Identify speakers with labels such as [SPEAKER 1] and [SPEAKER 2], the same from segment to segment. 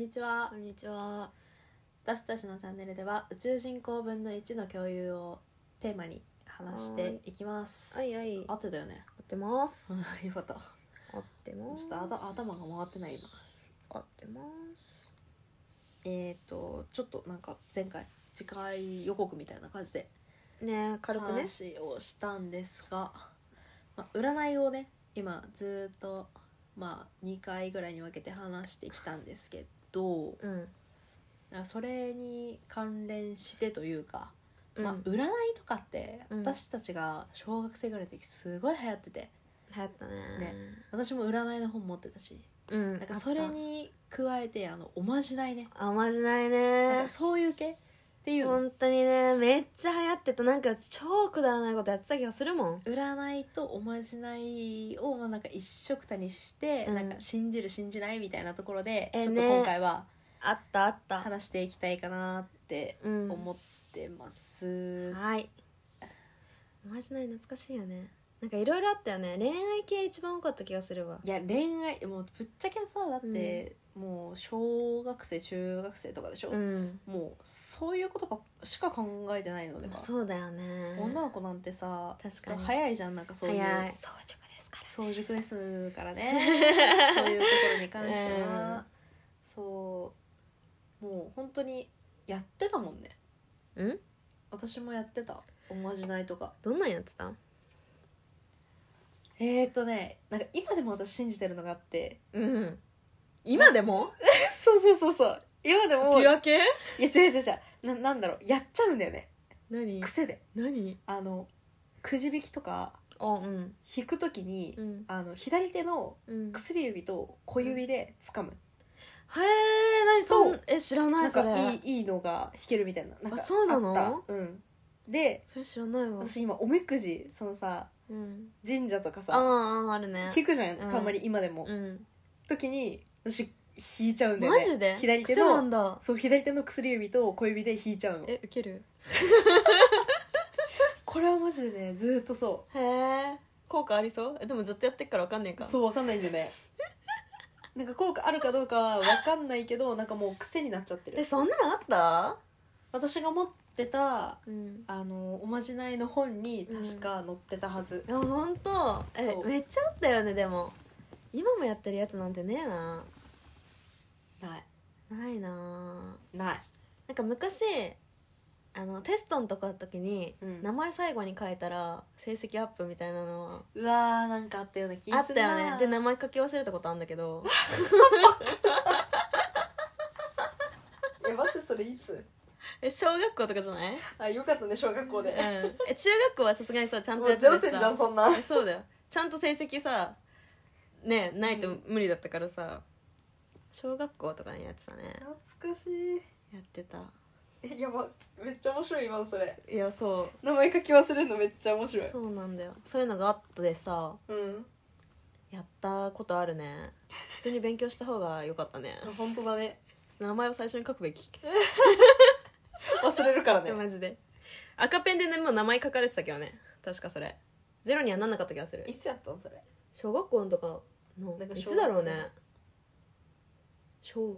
[SPEAKER 1] にちは。
[SPEAKER 2] こんにちは。
[SPEAKER 1] 私たちのチャンネルでは宇宙人口分の1の共有をテーマに話していきます。
[SPEAKER 2] はいはい。
[SPEAKER 1] 合ってたよね。
[SPEAKER 2] 合ってます。
[SPEAKER 1] よかった。
[SPEAKER 2] 合ってます。
[SPEAKER 1] ちょっと頭が回ってない今。
[SPEAKER 2] 合ってます。
[SPEAKER 1] ちょっとなんか前回次回予告みたいな感じで
[SPEAKER 2] ね、軽くね
[SPEAKER 1] 話をしたんですが、占いをね今ずっと2回ぐらいに分けて話してきたんですけど、それに関連してというか、占いとかって私たちが小学生ぐらいの時すごい流行ってて、
[SPEAKER 2] 流行ったね。
[SPEAKER 1] 私も占いの本持ってたし、なんかそれに加えておまじないね、
[SPEAKER 2] おまじないね。
[SPEAKER 1] なんかそういう系っていうの、
[SPEAKER 2] 本当にね、めっちゃ流行ってた。なんか超くだらないことやってた気がするもん。
[SPEAKER 1] 占いとおまじないをなんか一緒くたにして、なんか信じる信じないみたいなところで、ちょっと今回は
[SPEAKER 2] あった
[SPEAKER 1] 話していきたいかなって思ってます、
[SPEAKER 2] はい。おまじない懐かしいよね。なんかいろいろあったよね。恋愛系一番多かった気がするわ。
[SPEAKER 1] いや恋愛もうぶっちゃけさ、だって、もう小学生中学生とかでしょ、もうそういうことしか考えてないのでは。
[SPEAKER 2] そうだよね。
[SPEAKER 1] 女の子なんてさ、
[SPEAKER 2] 確かに
[SPEAKER 1] 早いじゃん、なんかそういう
[SPEAKER 2] 早い。早熟ですから、ね、
[SPEAKER 1] 早熟ですからねそういうところに関しては、そうもう本当にやってたもんね。私もやってたおまじないとか。
[SPEAKER 2] どんなんやってた？
[SPEAKER 1] なんか今でも私信じてるのがあって、
[SPEAKER 2] 今でも
[SPEAKER 1] そう今でも
[SPEAKER 2] ピュア系？
[SPEAKER 1] いや違うなんだろう、やっちゃうんだよね。
[SPEAKER 2] 何？
[SPEAKER 1] 癖で。
[SPEAKER 2] 何？
[SPEAKER 1] くじ引きとか引くときに、左手の薬指と小指で掴む、
[SPEAKER 2] へえ、何そん知らない。
[SPEAKER 1] なんか
[SPEAKER 2] それ
[SPEAKER 1] いいのが引けるみたいな。なんか
[SPEAKER 2] そうなの？
[SPEAKER 1] で
[SPEAKER 2] それ知らないわ。
[SPEAKER 1] 私今おみくじそのさ、神社とかさ
[SPEAKER 2] あるね、
[SPEAKER 1] 引くじゃん、たまに今でも、時に私引いちゃうんだよね。
[SPEAKER 2] マジで？
[SPEAKER 1] 左手のそう左手の薬指と小指で引いちゃうの。
[SPEAKER 2] ウケる
[SPEAKER 1] これはマジでね、ずっとそう。
[SPEAKER 2] へえ、効果ありそう？でもずっとやってっから分かんないか。
[SPEAKER 1] そう分かんないんだよねなんか効果あるかどうかは分かんないけど、なんかもう癖になっちゃってる。
[SPEAKER 2] そんなのあった？
[SPEAKER 1] 私が持ってた、おまじないの本に確か載ってたはず。
[SPEAKER 2] ほんと？めっちゃあったよね。でも今もやってるやつなんてねえな。ないな。なんか昔テストのとこの時に、名前最後に書いたら成績アップみたいなのは
[SPEAKER 1] うわー、なんかあったような気がするな。
[SPEAKER 2] あったよね。で名前書き忘れたことあるんだけど
[SPEAKER 1] 待って、それいつ？
[SPEAKER 2] 小学校とかじゃない？
[SPEAKER 1] あ、よかったね、小学校で。
[SPEAKER 2] 中学校はさすがにさちゃんとやって
[SPEAKER 1] てさ、0点じゃんそんな。
[SPEAKER 2] そうだよ、ちゃんと成績さねないと無理だったからさ、小学校とかにやってたね。
[SPEAKER 1] 懐かしい。
[SPEAKER 2] やってた。
[SPEAKER 1] やば、めっちゃ面白い今のそれ。
[SPEAKER 2] いや、そう
[SPEAKER 1] 名前書き忘れるのめっちゃ面白い。
[SPEAKER 2] そうなんだよ。そういうのがあったでさ、やったことあるね。普通に勉強した方が良かったね
[SPEAKER 1] 本当だね。
[SPEAKER 2] 名前を最初に書くべき
[SPEAKER 1] 忘れるからね
[SPEAKER 2] マジで。赤ペンでね、もう名前書かれてたけどね、確かそれゼロにはなんなかった気がする。
[SPEAKER 1] いつやったのそれ？
[SPEAKER 2] 小学校のとかのいつだろうね。小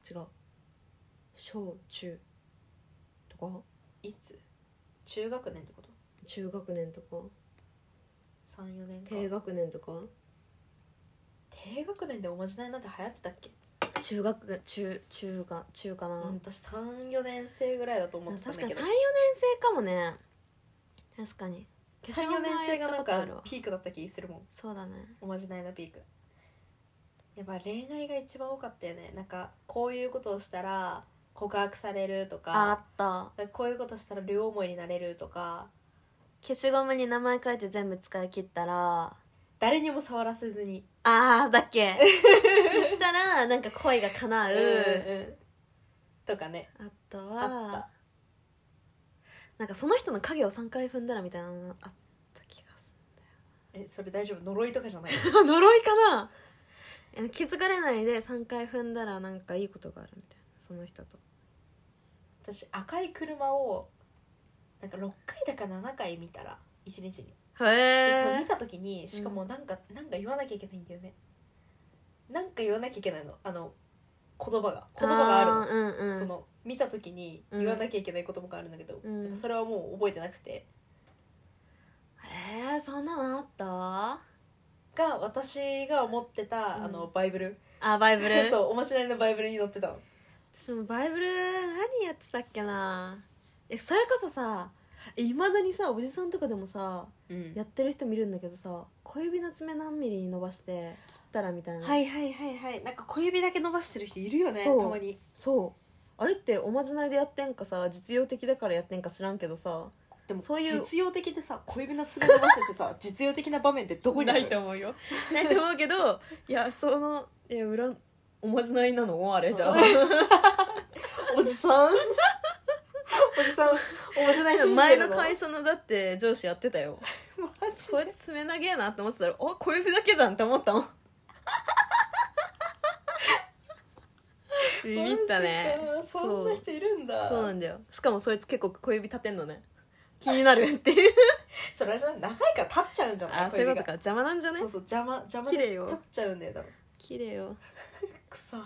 [SPEAKER 2] 中とか、
[SPEAKER 1] いつ？中学年ってこと？
[SPEAKER 2] 中学年とか
[SPEAKER 1] 3、4年か。
[SPEAKER 2] 低学年とか。
[SPEAKER 1] 低学年でおまじないなんて流行ってたっけ？
[SPEAKER 2] 中かな、
[SPEAKER 1] 私3、4年生ぐらいだと思ってたんだけど。
[SPEAKER 2] 確かに3、4年生かもね。確かに
[SPEAKER 1] 3、4年生がなんかピークだった気するもん。
[SPEAKER 2] そうだね、
[SPEAKER 1] おまじないのピーク。やっぱ恋愛が一番多かったよね。なんかこういうことをしたら告白されるとか、
[SPEAKER 2] あった。
[SPEAKER 1] こういうことしたら両思いになれるとか、
[SPEAKER 2] 消しゴムに名前書いて全部使い切ったら
[SPEAKER 1] 誰にも触らせずに、
[SPEAKER 2] だっけそしたらなんか恋が叶う、
[SPEAKER 1] とかね。
[SPEAKER 2] あとはなんかその人の影を3回踏んだらみたいなのあった気がす
[SPEAKER 1] るんだよ。それ大丈夫？呪いとかじゃない？
[SPEAKER 2] 呪いかな。気づかれないで3回踏んだらなんかいいことがあるみたいな、その人と。
[SPEAKER 1] 私赤い車をなんか6回だか7回見たら1日に。
[SPEAKER 2] へ
[SPEAKER 1] 見た時にしかもなんか言わなきゃいけないんだよね。なんか言わなきゃいけないの。 言葉があるの、
[SPEAKER 2] うんうん、
[SPEAKER 1] その見た時に言わなきゃいけない言葉があるんだけど、
[SPEAKER 2] うん、
[SPEAKER 1] それはもう覚えてなくて、
[SPEAKER 2] そんなのあった？
[SPEAKER 1] が私が思ってた、バイブル、
[SPEAKER 2] バイブル
[SPEAKER 1] そう、おまじないのバイブルに載ってたの。
[SPEAKER 2] 私もバイブル何やってたっけな。それこそさ、いまだにさおじさんとかでもさ、やってる人見るんだけどさ、小指の爪何ミリに伸ばして切ったらみたいな。
[SPEAKER 1] はいはいはいはい、なんか小指だけ伸ばしてる人いるよね、たまに。
[SPEAKER 2] そうあれっておまじないでやってんかさ、実用的だからやってんか知らんけどさ、
[SPEAKER 1] でも
[SPEAKER 2] そういう
[SPEAKER 1] 実用的でさ、小指の爪伸ばしててさ実用的な場面ってどこにある？
[SPEAKER 2] ないと思うよないと思うけど、いや裏おまじないなのあれじゃあ
[SPEAKER 1] おじさんおじさんおまじない信じて
[SPEAKER 2] 前
[SPEAKER 1] るの？
[SPEAKER 2] の会社のだって上司やってたよ
[SPEAKER 1] マジで
[SPEAKER 2] こいつ爪長えなって思ってたら、小指だけじゃんって思ったもんビビったね。
[SPEAKER 1] そんな人いるんだ。
[SPEAKER 2] そうなんだよ。しかもそいつ結構小指立てんのね。気になるっていう
[SPEAKER 1] それは長いから立っちゃうんじゃない？
[SPEAKER 2] あ、そういうことか。邪魔なんじゃね？
[SPEAKER 1] そうそう、邪魔
[SPEAKER 2] 綺麗よ。
[SPEAKER 1] で立っちゃうんだよ多分。
[SPEAKER 2] 綺麗よ
[SPEAKER 1] くさ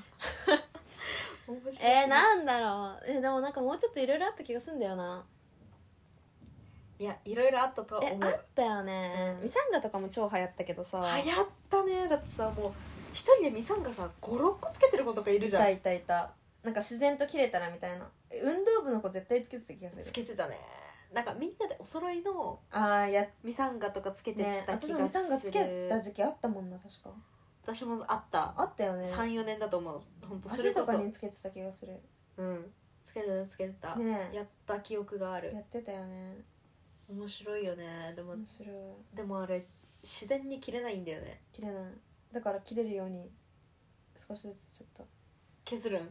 [SPEAKER 2] なんだろう。でもなんかもうちょっといろいろあった気がするんだよな。
[SPEAKER 1] いや、いろいろあったとは思う。
[SPEAKER 2] あったよね、ミサンガとかも超流行ったけどさ。
[SPEAKER 1] 流行ったね。だってさ、もう一人でミサンガさ 5,6 個つけてる子とかいるじゃん。
[SPEAKER 2] いたなんか自然と切れたらみたいな。運動部の子絶対つけてた気がする。
[SPEAKER 1] つけてたね。なんかみんなでお揃いのミサンガとかつけてた気がする、
[SPEAKER 2] 私もミサンガつけてた時期あったもんな。確か
[SPEAKER 1] 私もあった
[SPEAKER 2] よね。
[SPEAKER 1] 3,4 年だと思う。本当
[SPEAKER 2] 足とかにつけてた気がする。
[SPEAKER 1] つけてた、ね、やった記憶がある。
[SPEAKER 2] やってたよね。
[SPEAKER 1] 面白いよね。でも
[SPEAKER 2] 面白い。
[SPEAKER 1] でもあれ自然に切れないんだよね。
[SPEAKER 2] 切れない。だから切れるように少しずつちょっと
[SPEAKER 1] 削るん。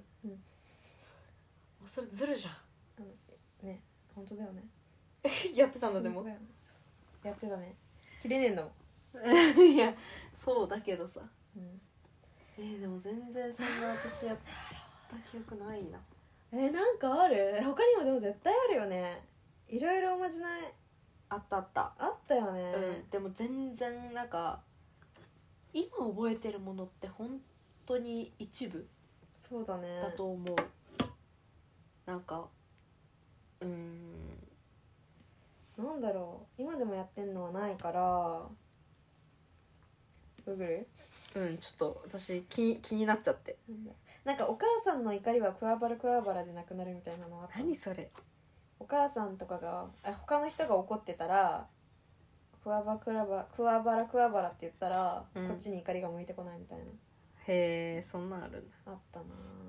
[SPEAKER 1] それずるじゃ
[SPEAKER 2] ん。ね、本当だよね
[SPEAKER 1] やってたんだ。でも
[SPEAKER 2] やってたね。切れねえんだも
[SPEAKER 1] んいや、そうだけどさ、でも全然そんな私やった記憶ないな。
[SPEAKER 2] なんかある？他にもでも絶対あるよね。いろいろおまじない
[SPEAKER 1] あった
[SPEAKER 2] よね。
[SPEAKER 1] でも全然なんか今覚えてるものって本当に一部
[SPEAKER 2] そうだね
[SPEAKER 1] だと思う。なんか
[SPEAKER 2] なんだろう、今でもやってんのはないからグーグル
[SPEAKER 1] ちょっと私気になっちゃって。
[SPEAKER 2] なんかお母さんの怒りはクワバラクワバラでなくなるみたいなのあった。
[SPEAKER 1] 何それ？
[SPEAKER 2] お母さんとかが他の人が怒ってたらクワバラクワバラって言ったら、こっちに怒りが向いてこないみたいな。
[SPEAKER 1] へえ、そんなんあるんだ。
[SPEAKER 2] あったな。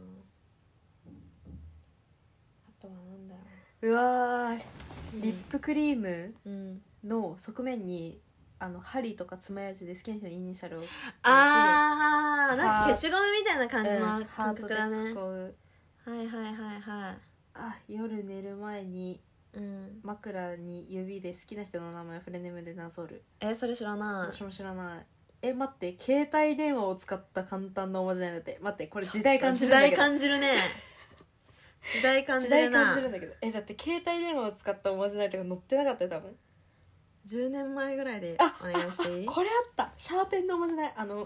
[SPEAKER 2] あとはなんだろ
[SPEAKER 1] う。うわー、リップクリームの側面に針とか爪楊枝で好きな人のイニシャルを
[SPEAKER 2] なんか消しゴムみたいな感じの感覚だね。はい
[SPEAKER 1] 夜寝る前に枕に指で好きな人の名前をフレネームでなぞる。
[SPEAKER 2] それ知らない。
[SPEAKER 1] 私も知らない。待って、携帯電話を使った簡単なおまじないだって。待って、これ時代感じるんだけど。
[SPEAKER 2] 時代感じるね時代感じるな。
[SPEAKER 1] 時代感じるんだけど。だって携帯電話を使ったおまじないとか載ってなかったよ多分。
[SPEAKER 2] 10年前ぐらいでお願いしていい？
[SPEAKER 1] これあった。シャーペンのおまじない。あな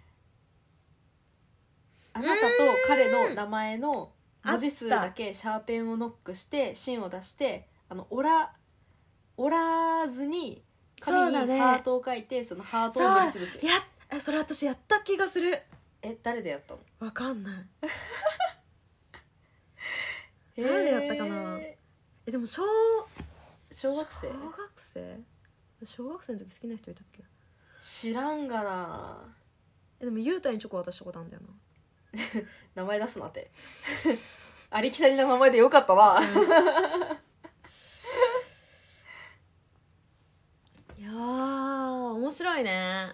[SPEAKER 1] たと彼の名前の文字数だけシャーペンをノックして芯を出して折らずに紙にハートを書いて、そのハートを塗りつぶす。
[SPEAKER 2] それ私やった気がする。
[SPEAKER 1] 誰でやったの？
[SPEAKER 2] わかんない誰でやったかな。でも小学生の時好きな人いたっけ？
[SPEAKER 1] 知らんがな。
[SPEAKER 2] でもゆうたにチョコ渡したことあるんだよな
[SPEAKER 1] 名前出すなってありきたりな名前でよかったな、
[SPEAKER 2] いやー面白いね。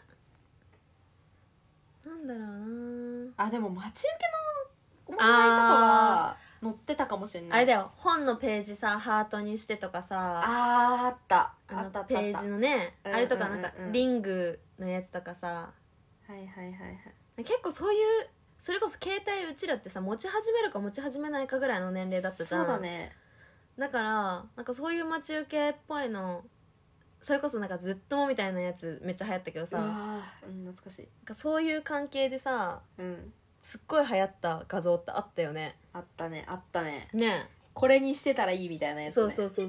[SPEAKER 2] なんだろうな。
[SPEAKER 1] でも待ち受けのおまじないとかは載ってたかもしれない。
[SPEAKER 2] あれだよ、本のページさハートにしてとかさ、
[SPEAKER 1] あった
[SPEAKER 2] ページのね、あれとかなんかリングのやつとかさ、結構そういう、それこそ携帯うちらってさ持ち始めるか持ち始めないかぐらいの年齢だったじゃん。
[SPEAKER 1] そうだね。
[SPEAKER 2] だからなんかそういう待ち受けっぽいの、それこそなんかずっともみたいなやつめっちゃ流行ったけどさ、
[SPEAKER 1] 懐かしい。
[SPEAKER 2] なんかそういう関係でさ、 すっごい流行った画像ってあったよね。
[SPEAKER 1] あったねあったね。
[SPEAKER 2] ね
[SPEAKER 1] これにしてたらいいみたいなやつね。
[SPEAKER 2] そう。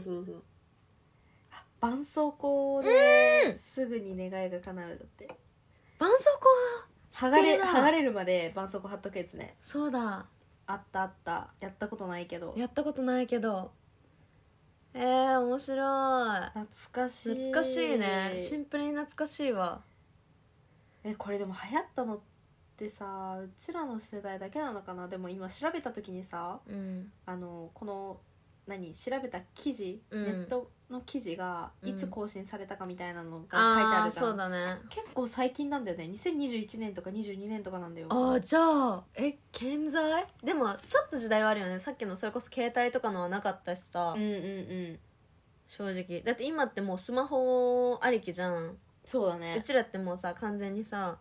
[SPEAKER 1] 絆創膏ですぐに願いが叶うだって。
[SPEAKER 2] 絆創膏は
[SPEAKER 1] 剥がれるまで絆創膏貼っとくやつね。
[SPEAKER 2] そうだ。
[SPEAKER 1] あったあった。やったことないけど。
[SPEAKER 2] やったことないけど。面白い。
[SPEAKER 1] 懐かしい。
[SPEAKER 2] 懐かしいね。シンプルに懐かしいわ。
[SPEAKER 1] これでも流行ったのってさ、うちらの世代だけなのかな。でも今調べた時にさ、この調べた記事、ネットの記事がいつ更新されたかみたいなのが書いてあるじゃん。
[SPEAKER 2] そうだね。
[SPEAKER 1] 結構最近なんだよね。2021年とか22年とかなんだよ。
[SPEAKER 2] じゃあ健在？でもちょっと時代はあるよね。さっきのそれこそ携帯とかのはなかったしさ、正直だって今ってもうスマホありきじゃん。
[SPEAKER 1] そうだね。
[SPEAKER 2] うちらってもうさ、完全にさ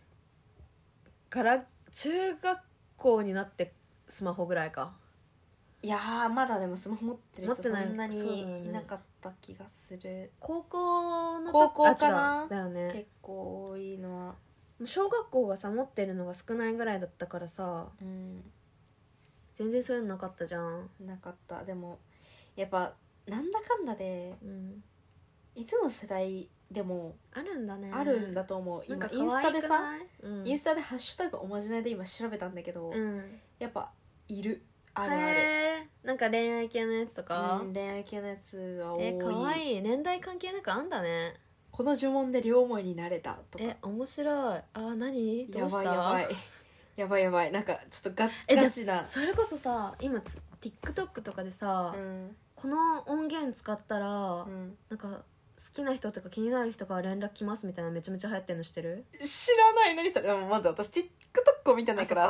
[SPEAKER 2] 中学校になってスマホぐらいか。
[SPEAKER 1] いやー、まだでもスマホ持ってる人そんなにいなかった気がする。
[SPEAKER 2] 高校の
[SPEAKER 1] 高校かな。
[SPEAKER 2] だよね。
[SPEAKER 1] 結構多いのは。
[SPEAKER 2] 小学校はさ持ってるのが少ないぐらいだったからさ、全然そういうのなかったじゃん。
[SPEAKER 1] なかった。でもやっぱなんだかんだで、いつの世代でも
[SPEAKER 2] あるんだね。
[SPEAKER 1] あるんだと思う。今インスタでさ、インスタでハッシュタグおまじないで今調べたんだけど、やっぱいる。あるある。
[SPEAKER 2] なんか恋愛系のやつとか、
[SPEAKER 1] 恋愛系のやつは多い。
[SPEAKER 2] かわいい。年代関係なくあんだね。
[SPEAKER 1] この呪文で両思いになれたとか。
[SPEAKER 2] 面白い。何どうした？
[SPEAKER 1] やばいなんかちょっとガチな。
[SPEAKER 2] それこそさ、今TikTok とかでさ、この音源使ったら、なんか好きな人とか気になる人から連絡来ますみたいなめちゃめちゃ流行ってるの知ってる？
[SPEAKER 1] 知らない。何それ。まず私 TikTok を見てないから。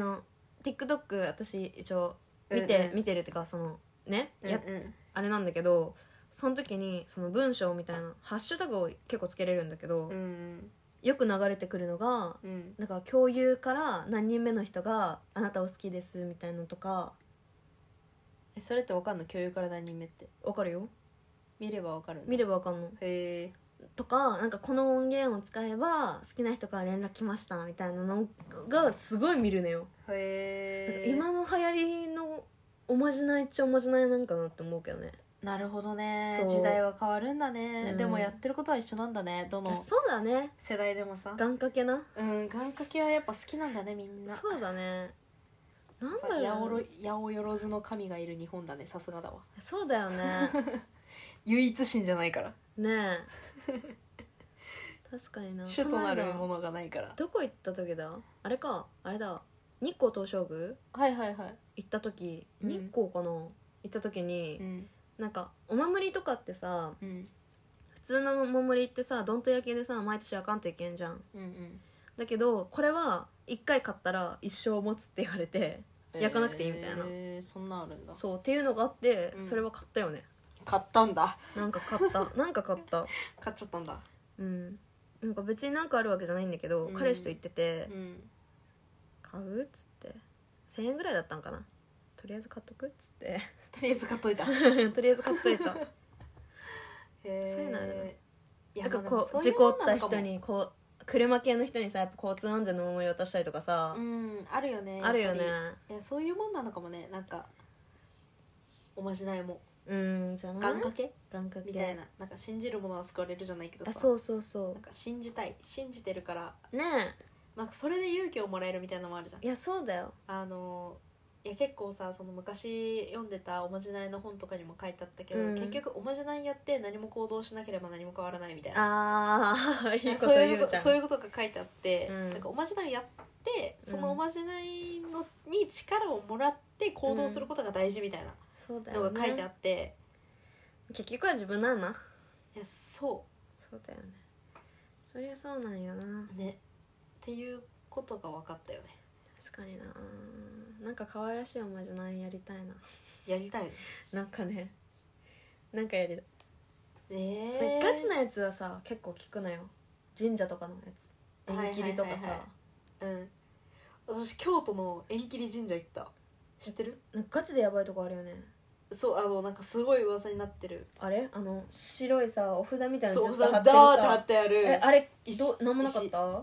[SPEAKER 2] TikTok 私一応見てるっていうか、そのね、あれなんだけど、その時にその文章みたいなハッシュタグを結構つけれるんだけど、よく流れてくるのが、なんか共有から何人目の人があなたを好きですみたいなのとか。
[SPEAKER 1] それって分かんの？共有から何人目って
[SPEAKER 2] 分かるよ。
[SPEAKER 1] 見れば分かる。
[SPEAKER 2] 見れば分かんの。
[SPEAKER 1] へえ。
[SPEAKER 2] とか、なんかこの音源を使えば好きな人から連絡来ましたみたいなのがすごい見るのよ。
[SPEAKER 1] へえ。
[SPEAKER 2] 今の流行りのおまじないっちゃおまじないなんかなって思うけどね。
[SPEAKER 1] なるほどね。時代は変わるんだね、でもやってることは一緒なんだね。どの
[SPEAKER 2] そうだね。
[SPEAKER 1] 世代でもさ、
[SPEAKER 2] 願掛けな。
[SPEAKER 1] 願掛けはやっぱ好きなんだね、みんな。
[SPEAKER 2] そうだね。なんだろう、
[SPEAKER 1] 八百万の神がいる日本だね。さすがだわ。
[SPEAKER 2] そうだよね。
[SPEAKER 1] 唯一神じゃないから
[SPEAKER 2] ねえ。確かにな。
[SPEAKER 1] 主となるものがないから。
[SPEAKER 2] どこ行った時だ？あれだ、日光東照宮行った時、日光かな、行った時に、なんかお守りとかってさ、普通のお守りってさ、どんと焼きでさ毎年焼かんといけんじゃん、だけどこれは1回買ったら一生持つって言われて、焼かなくていいみたいな。
[SPEAKER 1] そんなあるんだ。
[SPEAKER 2] そうっていうのがあって、それは買ったよね。
[SPEAKER 1] 買ったんだ。
[SPEAKER 2] なんか買った買っ
[SPEAKER 1] ちゃったんだ。
[SPEAKER 2] なんか別になんかあるわけじゃないんだけど、彼氏と行ってて、買うっつって1000円ぐらいだったんかな。とりあえず買っとくっつって
[SPEAKER 1] とりあえず買っといた。
[SPEAKER 2] とりあえず買っといた。そういうのあるね。なんかこう事故った人にこう車系の人にさ、やっぱ交通安全のお守り渡したりとかさ、
[SPEAKER 1] あるよね。
[SPEAKER 2] あるよね。
[SPEAKER 1] いや、そういうもんなのかもね。なんかおまじないも
[SPEAKER 2] じゃない？願掛け
[SPEAKER 1] みたいな、なんか信じるものは救われるじゃないけどさ。
[SPEAKER 2] そうなん
[SPEAKER 1] か信じてるから
[SPEAKER 2] ねえ、
[SPEAKER 1] なんかそれで勇気をもらえるみたいなのもあるじゃん。
[SPEAKER 2] いやそうだよ。
[SPEAKER 1] いや結構さ、その昔読んでたおまじないの本とかにも書いてあったけど、結局おまじないやって何も行動しなければ何も変わらないみたいな。いいこと言うじゃん。そういうことが書いてあって、なんかおまじないやってそのおまじないに力をもらって行動することが大事みたいなのが書いてあって、
[SPEAKER 2] 結局は自分なんな。
[SPEAKER 1] いやそう
[SPEAKER 2] だよね。そりゃそうなんやな
[SPEAKER 1] ねっていうことが分かったよね。
[SPEAKER 2] 確かにな。なんか可愛らしいおまじないやりたいな。
[SPEAKER 1] やりたいね。
[SPEAKER 2] なんかね、なんかやりたい。ガチなやつはさ結構聞くのよ。神社とかのやつ、縁切りとかさ。
[SPEAKER 1] 私京都の縁切り神社行った。知ってる？
[SPEAKER 2] なんかガチでやばいとこあるよね。
[SPEAKER 1] そうなんかすごい噂になってる。
[SPEAKER 2] あれ白いさお札みたいなの
[SPEAKER 1] ずっと貼ってるさ。
[SPEAKER 2] あれなんもなかった？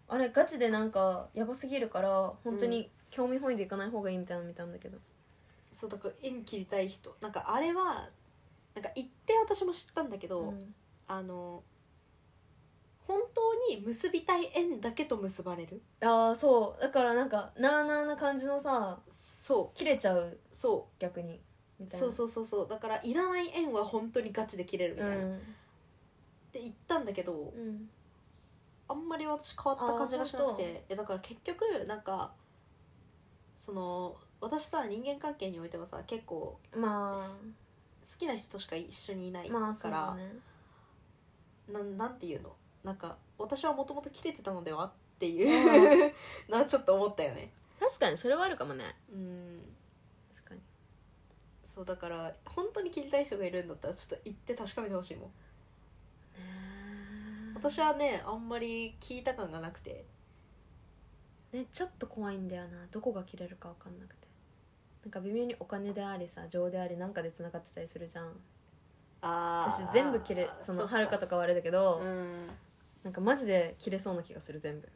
[SPEAKER 2] あれガチでなんかやばすぎるから本当に興味本位でいかない方がいいみたいなの見たんだけど、
[SPEAKER 1] そうだから縁切りたい人なんかあれはなんか言って私も知ったんだけど、本当に結びたい縁だけと結ばれる。
[SPEAKER 2] ああそうだからなんかなあなあな感じのさ
[SPEAKER 1] そう
[SPEAKER 2] 切れちゃう
[SPEAKER 1] そう
[SPEAKER 2] 逆にみたいな。
[SPEAKER 1] そうそうそうそうだからいらない縁は本当にガチで切れるみたいな、って言ったんだけど、あんまり私変わった感じがしなくて、だから結局なんかその私さ人間関係においてはさ結構
[SPEAKER 2] まあ
[SPEAKER 1] 好きな人としか一緒にいない
[SPEAKER 2] まあ
[SPEAKER 1] から、
[SPEAKER 2] そうだね、
[SPEAKER 1] なんていうのなんか私はもともと切れてたのではっていうのはちょっと思ったよね。
[SPEAKER 2] 確かにそれはあるかもね。確かに
[SPEAKER 1] そうだから本当に切りたい人がいるんだったらちょっと行って確かめてほしいもん。私はねあんまり聞いた感がなくて
[SPEAKER 2] ね、ちょっと怖いんだよなどこが切れるか分かんなくて、なんか微妙にお金でありさ情でありなんかでつながってたりするじゃん。私全部切れそのはるかとかはあれだけど、なんかマジで切れそうな気がする全部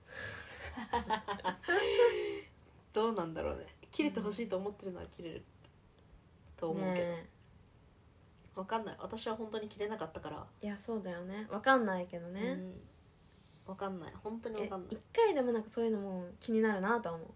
[SPEAKER 1] どうなんだろうね。切れてほしいと思ってるのは切れると思うけど、ね、分かんない。私は本当に切れなかったから。
[SPEAKER 2] いやそうだよね分かんないけどね、
[SPEAKER 1] 分かんない本当に分かんない。
[SPEAKER 2] 一回でもなんかそういうのも気になるなとは思う。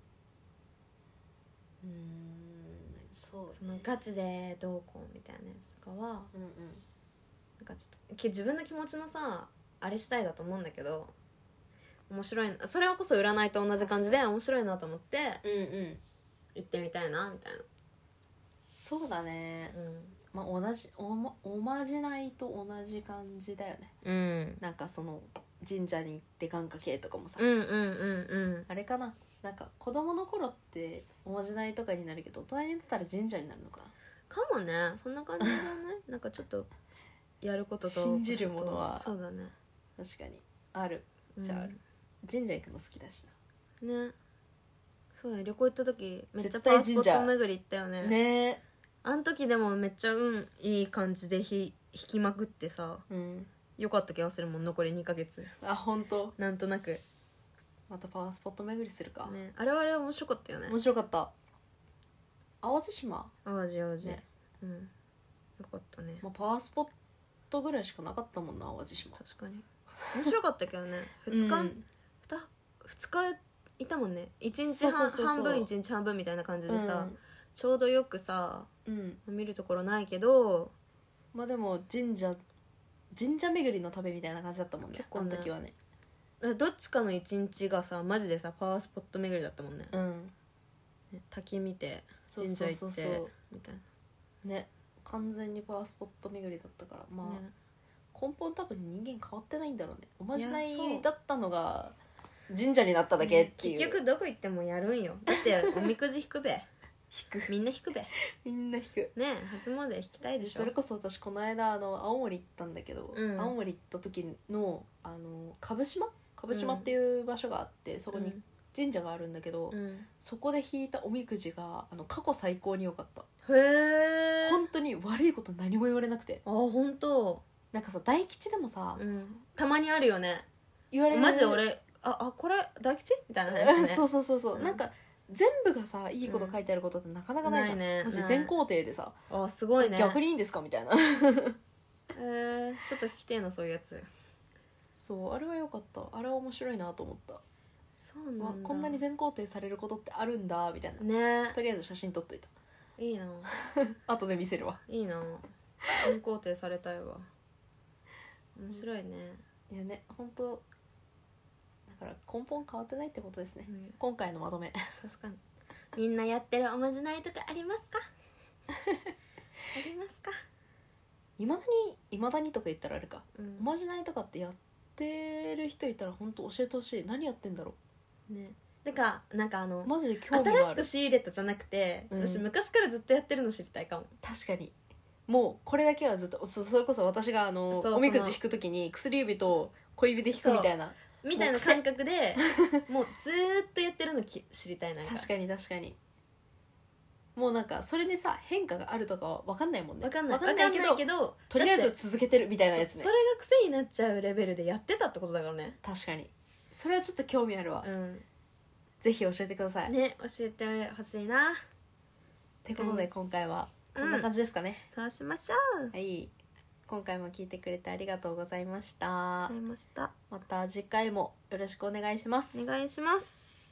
[SPEAKER 1] そう、ね、
[SPEAKER 2] そのガチでどうこうみたいなやつとかは、なんかちょっと自分の気持ちのさあれしたいだと思うんだけど面白いそれはこそ占いと同じ感じで面白いなと思って行ってみたいなみたいな。
[SPEAKER 1] そうだね、まあ、同じ おまじないと同じ感じだよね、なんかその神社に行って願掛けとかもさ、あれかな、なんか子供の頃っておまじないとかになるけど大人になったら神社になるのかな。
[SPEAKER 2] かもねそんな感じじゃないなんかちょっとやることと
[SPEAKER 1] 信じるものは
[SPEAKER 2] そうだね
[SPEAKER 1] 確かにあるじゃあ、神社行くの好きだし
[SPEAKER 2] な。ねそうだね旅行行った時めっちゃパワースポット巡り行ったよね。
[SPEAKER 1] ね
[SPEAKER 2] あの時でもめっちゃいい感じで引きまくってさ、よかった気がするもん残り2ヶ月。
[SPEAKER 1] あ本当。
[SPEAKER 2] なんとなく
[SPEAKER 1] またパワースポット巡りするか、
[SPEAKER 2] ね、あれはあれ面白かったよね。
[SPEAKER 1] 面白かった。淡路島
[SPEAKER 2] 淡路、
[SPEAKER 1] ね、
[SPEAKER 2] よかったね、
[SPEAKER 1] まあ、パワースポットぐらいしかなかったもんな淡路島。
[SPEAKER 2] 確かに面白かったけどね2日いたもんね。1日半分1日半分みたいな感じでさ、ちょうどよくさ、見るところないけど
[SPEAKER 1] まあでも神社巡りの旅みたいな感じだったもんね。
[SPEAKER 2] 結構ね
[SPEAKER 1] あの時はね
[SPEAKER 2] どっちかの1日がさマジでさパワースポット巡りだったもんね。滝見て神社行ってみたい
[SPEAKER 1] なね。完全にパワースポット巡りだったからまあ、ね、根本多分人間変わってないんだろうね。おまじないだったのが神社になっただけっていう、
[SPEAKER 2] 結局どこ行ってもやるんよ。だっておみくじ引くべみんな引くべ
[SPEAKER 1] みんな引くね。
[SPEAKER 2] 初詣引きたいでしょ。
[SPEAKER 1] それこそ私この間青森行ったんだけど、青森行った時の蕪島っていう場所があってそこに神社があるんだけど、そこで引いたおみくじが過去最高に良かった。
[SPEAKER 2] へえ。
[SPEAKER 1] 本当に悪いこと何も言われなくて。
[SPEAKER 2] あ本当。
[SPEAKER 1] なんかさ大吉でもさ、
[SPEAKER 2] たまにあるよね
[SPEAKER 1] 言われる。
[SPEAKER 2] マジで俺これ大吉みたいなやつね
[SPEAKER 1] そう、なんか全部がさいいこと書いてあることってなかなかないじゃん、マジ全工程でさ
[SPEAKER 2] すごいね
[SPEAKER 1] 逆にいいんですかみたいな
[SPEAKER 2] ちょっと引きてえなそういうやつ。
[SPEAKER 1] そうあれは良かった。あれは面白いなと思った。
[SPEAKER 2] そうなんだ。
[SPEAKER 1] こんなに全工程されることってあるんだみたいな
[SPEAKER 2] ね。
[SPEAKER 1] とりあえず写真撮っといた。
[SPEAKER 2] いいな
[SPEAKER 1] 後で見せるわ。
[SPEAKER 2] いいな全工程されたいわ。面白いね。
[SPEAKER 1] いやね本当だから根本変わってないってことですね、今回のまとめ。
[SPEAKER 2] 確かにみんなやってるおまじないとかありますかありますか。
[SPEAKER 1] いまだにとか言ったらあれか、おまじないとかってやってる人いたら本当教えてほしい。何やってんだろ
[SPEAKER 2] うね。なんか
[SPEAKER 1] マジで興味がある。
[SPEAKER 2] 新しく仕入れたじゃなくて、私昔からずっとやってるの知りたいかも。確
[SPEAKER 1] かにもうこれだけはずっとそれこそ私がおみくじ引くときに薬指と小指で引くみたいな
[SPEAKER 2] 感覚でもうずーっとやってるの知りたい。なんか
[SPEAKER 1] 確かにもうなんかそれでさ変化があるとかは分かんないもんね。
[SPEAKER 2] 分かんないけど
[SPEAKER 1] とりあえず続けてるみたいなやつね。
[SPEAKER 2] それが癖になっちゃうレベルでやってたってことだからね。
[SPEAKER 1] 確かにそれはちょっと興味あるわ、ぜひ教えてください
[SPEAKER 2] ね、教えてほしいな。
[SPEAKER 1] ってことで今回はこんな感じですかね、
[SPEAKER 2] そうしましょう。
[SPEAKER 1] はい、今回も聞いてくれてありがとうございました。
[SPEAKER 2] ございました。
[SPEAKER 1] また次回もよろしくお願いします。
[SPEAKER 2] お願いします。